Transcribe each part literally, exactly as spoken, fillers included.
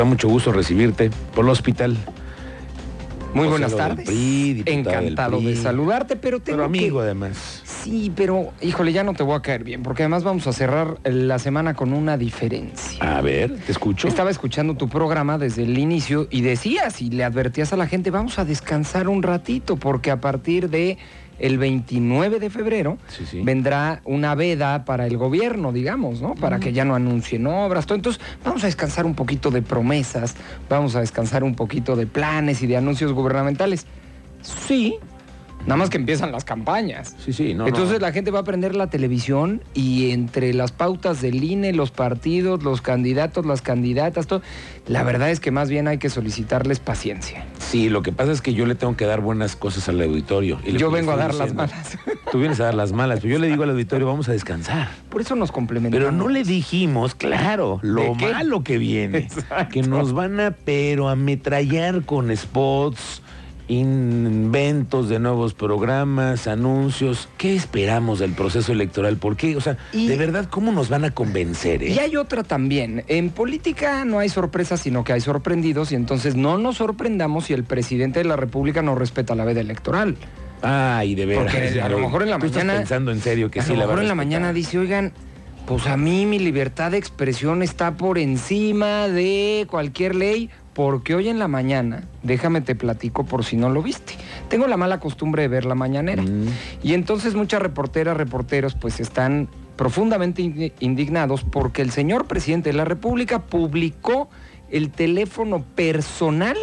Da mucho gusto recibirte por el hospital. Muy José buenas López tardes. P R I, Encantado P R I, de saludarte, pero tengo pero amigo que... además. Sí, pero híjole, ya no te voy a caer bien, porque además vamos a cerrar la semana con una diferencia. A ver, te escucho. Estaba escuchando tu programa desde el inicio y decías y le advertías a la gente, vamos a descansar un ratito, porque a partir de el veintinueve de febrero sí, sí. vendrá una veda para el gobierno, digamos, ¿no? Para uh-huh. que ya no anuncien obras, todo. Entonces, vamos a descansar un poquito de promesas, vamos a descansar un poquito de planes y de anuncios gubernamentales. Sí, nada más que empiezan las campañas. Sí, sí, no. Entonces no. la gente va a prender la televisión y entre las pautas del I N E, los partidos, los candidatos, las candidatas, todo, la verdad es que más bien hay que solicitarles paciencia. Sí, lo que pasa es que yo le tengo que dar buenas cosas al auditorio. Y yo vengo a dar diciendo, las malas. Tú vienes a dar las malas, pero yo le digo al auditorio, vamos a descansar. Por eso nos complementamos. Pero no le dijimos, claro, lo malo que viene. Exacto. Que nos van a, pero ametrallar con spots, inventos de nuevos programas, anuncios. ¿Qué esperamos del proceso electoral? ¿Por qué? O sea, y, de verdad, ¿cómo nos van a convencer? Eh? Y hay otra también. En política no hay sorpresas, sino que hay sorprendidos, y entonces no nos sorprendamos si el presidente de la República no respeta la veda electoral. Ay, de veras. Porque a lo mejor en la ¿Tú mañana... estás pensando en serio que a sí lo la va a mejor en la respetar? mañana dice, oigan, pues a mí mi libertad de expresión está por encima de cualquier ley, porque hoy en la mañana, déjame te platico por si no lo viste, tengo la mala costumbre de ver la mañanera, mm. y entonces muchas reporteras, reporteros, pues están profundamente indignados porque el señor presidente de la República publicó el teléfono personal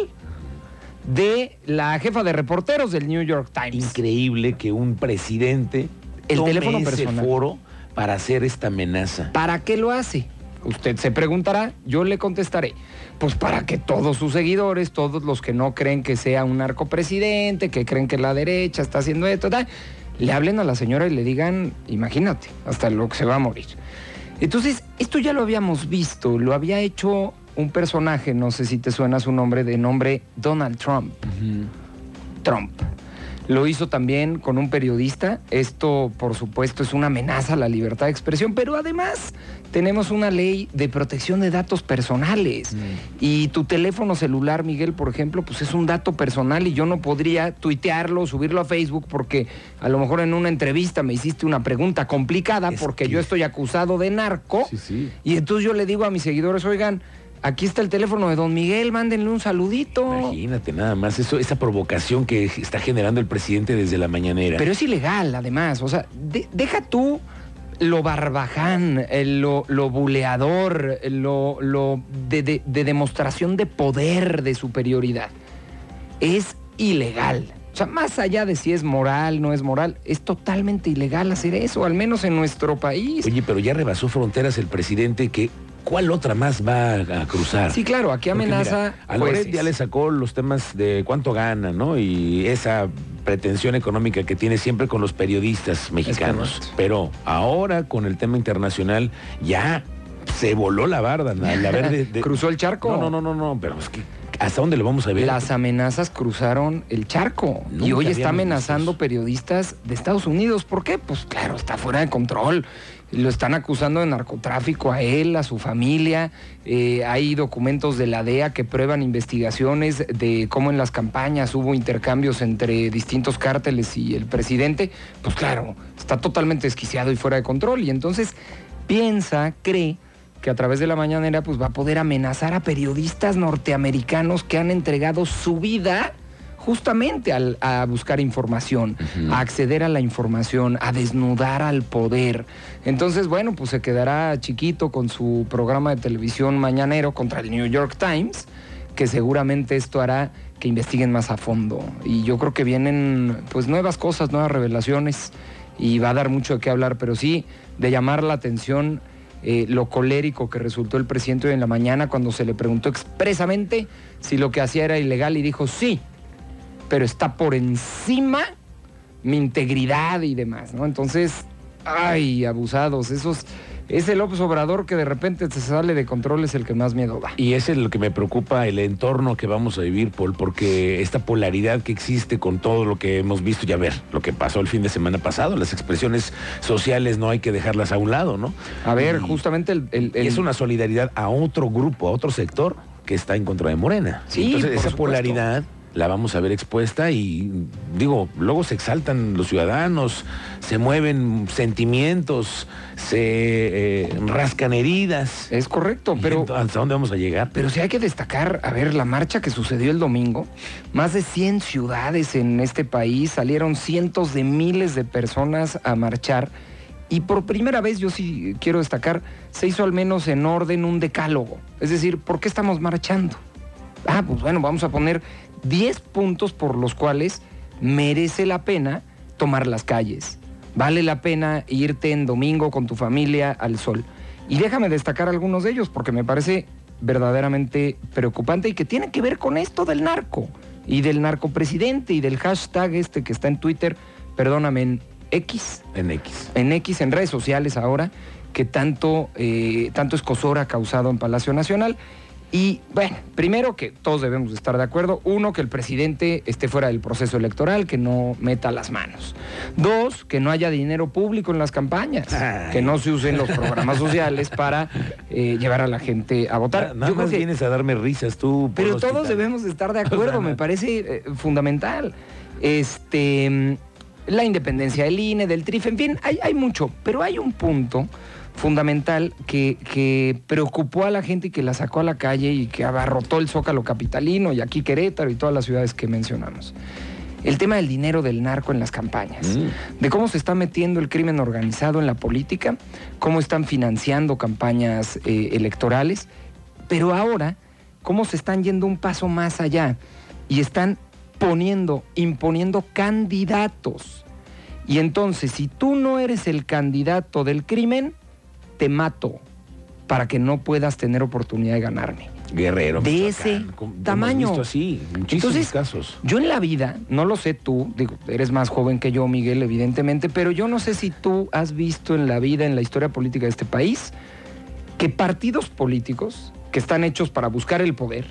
de la jefa de reporteros del New York Times. Increíble que un presidente el tome teléfono ese personal foro para hacer esta amenaza. ¿Para qué lo hace? Usted se preguntará, yo le contestaré. Pues para que todos sus seguidores, todos los que no creen que sea un narcopresidente, que creen que la derecha está haciendo esto, tal, le hablen a la señora y le digan, imagínate, hasta lo que se va a morir. Entonces, esto ya lo habíamos visto, lo había hecho un personaje, no sé si te suena su nombre, de nombre Donald Trump. Uh-huh. Trump. Lo hizo también con un periodista. Esto, por supuesto, es una amenaza a la libertad de expresión, pero además tenemos una ley de protección de datos personales. Mm. Y tu teléfono celular, Miguel, por ejemplo, pues es un dato personal y yo no podría tuitearlo, subirlo a Facebook porque a lo mejor en una entrevista me hiciste una pregunta complicada es porque que... yo estoy acusado de narco. Sí, sí. Y entonces yo le digo a mis seguidores, oigan, aquí está el teléfono de don Miguel, mándenle un saludito. Imagínate nada más, eso, esa provocación que está generando el presidente desde la mañanera. Pero es ilegal, además. O sea, de, deja tú lo barbaján, lo, lo buleador, lo, lo de, de, de demostración de poder, de superioridad. Es ilegal. O sea, más allá de si es moral, no es moral, es totalmente ilegal hacer eso, al menos en nuestro país. Oye, pero ya rebasó fronteras el presidente que... ¿Cuál otra más va a cruzar? Sí, claro, aquí amenaza... Porque, mira, a Loret ya le sacó los temas de cuánto gana, ¿no? Y esa pretensión económica que tiene siempre con los periodistas mexicanos. Pero ahora con el tema internacional ya se voló la barda. La, la verde, de... ¿Cruzó el charco? No, no, no, no, no, pero es que ¿hasta dónde lo vamos a ver? Las amenazas cruzaron el charco. Nunca y hoy está amenazando periodistas de Estados Unidos. ¿Por qué? Pues claro, está fuera de control. Lo están acusando de narcotráfico a él, a su familia. Eh, hay documentos de la D E A que prueban investigaciones de cómo en las campañas hubo intercambios entre distintos cárteles y el presidente. Pues claro, está totalmente desquiciado y fuera de control. Y entonces piensa, cree que a través de la mañanera pues va a poder amenazar a periodistas norteamericanos que han entregado su vida justamente al, a buscar información, uh-huh. a acceder a la información, a desnudar al poder. Entonces, bueno, pues se quedará chiquito con su programa de televisión mañanero contra el New York Times, que seguramente esto hará que investiguen más a fondo. Y yo creo que vienen pues nuevas cosas, nuevas revelaciones, y va a dar mucho de qué hablar, pero sí de llamar la atención eh, lo colérico que resultó el presidente hoy en la mañana cuando se le preguntó expresamente si lo que hacía era ilegal y dijo sí, pero está por encima mi integridad y demás, ¿no? Entonces, ay, abusados, esos... Ese López Obrador que de repente se sale de control es el que más miedo da. Y ese es lo que me preocupa, el entorno que vamos a vivir, Paul, porque esta polaridad que existe con todo lo que hemos visto, ya ver, lo que pasó el fin de semana pasado, las expresiones sociales no hay que dejarlas a un lado, ¿no? A ver, y, justamente el... el, el... Y es una solidaridad a otro grupo, a otro sector. que está en contra de Morena. Sí, entonces esa supuesto. polaridad la vamos a ver expuesta y, digo, luego se exaltan los ciudadanos, se mueven sentimientos, se eh, rascan heridas. Es correcto, pero... ¿Hasta dónde vamos a llegar? Pero sí hay que destacar, a ver, la marcha que sucedió el domingo, más de cien ciudades en este país, salieron cientos de miles de personas a marchar y por primera vez, yo sí quiero destacar, se hizo al menos en orden un decálogo. Es decir, ¿por qué estamos marchando? Ah, pues bueno, vamos a poner diez puntos por los cuales merece la pena tomar las calles. Vale la pena irte en domingo con tu familia al sol. Y déjame destacar algunos de ellos porque me parece verdaderamente preocupante y que tiene que ver con esto del narco y del narcopresidente y del hashtag este que está en Twitter, perdóname, en X. En X. En X, en redes sociales ahora, que tanto, eh, tanto escozor ha causado en Palacio Nacional. Y bueno, primero que todos debemos estar de acuerdo. Uno, que el presidente esté fuera del proceso electoral, que no meta las manos. Dos, que no haya dinero público en las campañas, Ay. que no se usen los programas sociales para eh, llevar a la gente a votar. Nada más que... vienes a darme risas tú. Pero todos debemos estar de acuerdo, me parece eh, fundamental. Este, la independencia del I N E, del T R I F, en fin, hay, hay mucho, pero hay un punto fundamental que, que preocupó a la gente y que la sacó a la calle y que abarrotó el Zócalo capitalino y aquí Querétaro y todas las ciudades que mencionamos. El tema del dinero del narco en las campañas, mm. de cómo se está metiendo el crimen organizado en la política, cómo están financiando campañas eh, electorales, pero ahora cómo se están yendo un paso más allá y están poniendo, imponiendo candidatos. Y entonces, si tú no eres el candidato del crimen, te mato para que no puedas tener oportunidad de ganarme. Guerrero. De ese tamaño. Hemos visto así, muchísimos Entonces, casos. Yo en la vida, no lo sé tú, digo, eres más joven que yo, Miguel, evidentemente, pero yo no sé si tú has visto en la vida, en la historia política de este país, que partidos políticos que están hechos para buscar el poder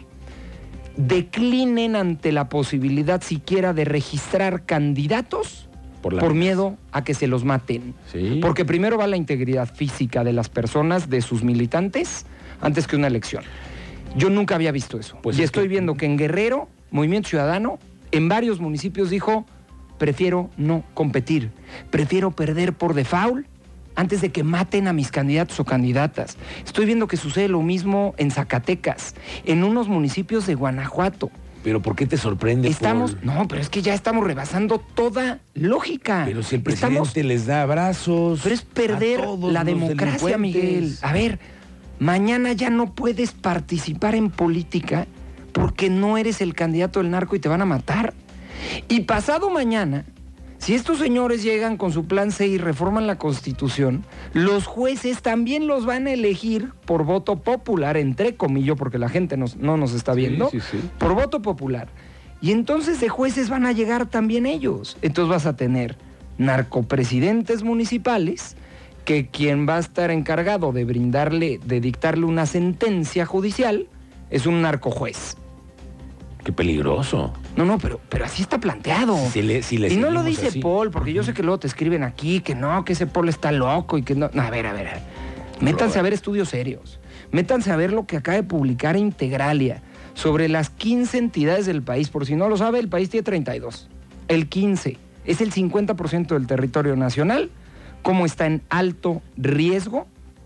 declinen ante la posibilidad siquiera de registrar candidatos Por, por miedo a que se los maten. Sí. Porque primero va la integridad física de las personas, de sus militantes, antes que una elección. Yo nunca había visto eso. Pues y estoy que... viendo que en Guerrero, Movimiento Ciudadano, en varios municipios dijo, prefiero no competir, prefiero perder por default antes de que maten a mis candidatos o candidatas. Estoy viendo que sucede lo mismo en Zacatecas, en unos municipios de Guanajuato. ¿Pero por qué te sorprende, Estamos, Paul? No, pero es que ya estamos rebasando toda lógica. Pero si el presidente estamos, les da abrazos. Pero es perder la democracia, Miguel. A ver, mañana ya no puedes participar en política porque no eres el candidato del narco y te van a matar. Y pasado mañana, si estos señores llegan con su plan C y reforman la Constitución, los jueces también los van a elegir por voto popular, entre comillas, porque la gente nos, no nos está viendo, sí, sí, sí. por voto popular. Y entonces de jueces van a llegar también ellos. Entonces vas a tener narcopresidentes municipales, que quien va a estar encargado de brindarle, de dictarle una sentencia judicial, es un narcojuez. Qué peligroso. No, no, pero, pero así está planteado. Si le, si le y no lo dice así. Paul, porque yo sé que luego te escriben aquí que no, que ese Paul está loco y que no. No, a ver, a ver. A ver. Métanse a ver estudios serios. Métanse a ver lo que acaba de publicar Integralia sobre las quince entidades del país. Por si no lo sabe, el país tiene treinta y dos. El quince es el cincuenta por ciento del territorio nacional, como está en alto riesgo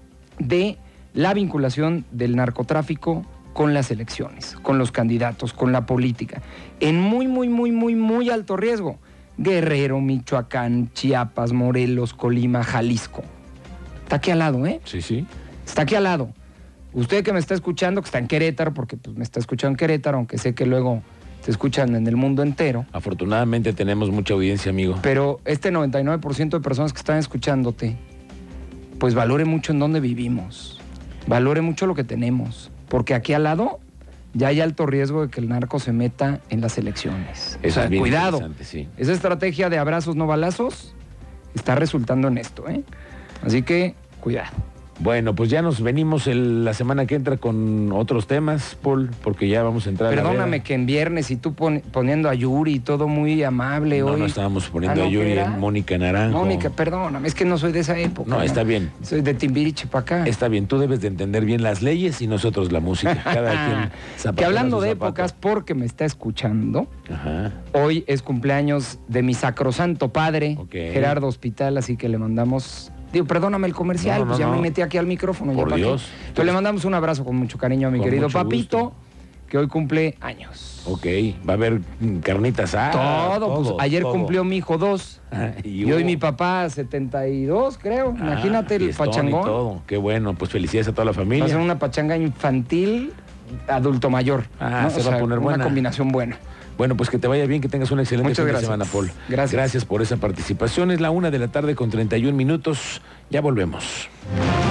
de la vinculación del narcotráfico con las elecciones, con los candidatos, con la política. En muy, muy, muy, muy, muy alto riesgo. Guerrero, Michoacán, Chiapas, Morelos, Colima, Jalisco. Está aquí al lado, ¿eh? Sí, sí. Está aquí al lado. Usted que me está escuchando, que está en Querétaro, porque pues, me está escuchando en Querétaro, aunque sé que luego te escuchan en el mundo entero. Afortunadamente tenemos mucha audiencia, amigo. Pero este noventa y nueve por ciento de personas que están escuchándote, pues valore mucho en dónde vivimos. Valore mucho lo que tenemos. Porque aquí al lado ya hay alto riesgo de que el narco se meta en las elecciones. Eso o sea, es bien cuidado. Sí. Esa estrategia de abrazos no balazos está resultando en esto, ¿eh? Así que, cuidado. Bueno, pues ya nos venimos el, la semana que entra con otros temas, Paul, porque ya vamos a entrar Perdóname a la que en viernes y tú pon, poniendo a Yuri, todo muy amable no, hoy. No, estábamos poniendo ah, ¿no, a Yuri en Mónica Naranjo. Mónica, perdóname, es que no soy de esa época. No, ¿no? está bien. Soy de Timbiriche para acá. Está bien, tú debes de entender bien las leyes y nosotros la música. Cada quien zapatea. Que hablando de zapato. épocas, porque me está escuchando, Ajá. hoy es cumpleaños de mi sacrosanto padre, Okay. Gerardo Hospital, así que le mandamos... Digo, perdóname el comercial, No, no, pues ya no. me metí aquí al micrófono. Por ya Dios. Entonces le mandamos un abrazo con mucho cariño a mi Con querido mucho papito, gusto. que hoy cumple años. Ok, va a haber mm, carnitas asadas. todo, pues ayer todo. cumplió mi hijo dos. Ah, y, y hoy mi papá setenta y dos, creo. Ah, Imagínate el fiestón y pachangón. todo. Qué bueno, pues felicidades a toda la Va a familia. ser una pachanga infantil, adulto mayor. Ah, ¿no? se O va sea, a poner una buena. combinación buena. Bueno, pues que te vaya bien, que tengas una excelente Muchas fin de gracias. semana, Paul. Gracias. Gracias por esa participación. Es la una de la tarde con treinta y un minutos. Ya volvemos.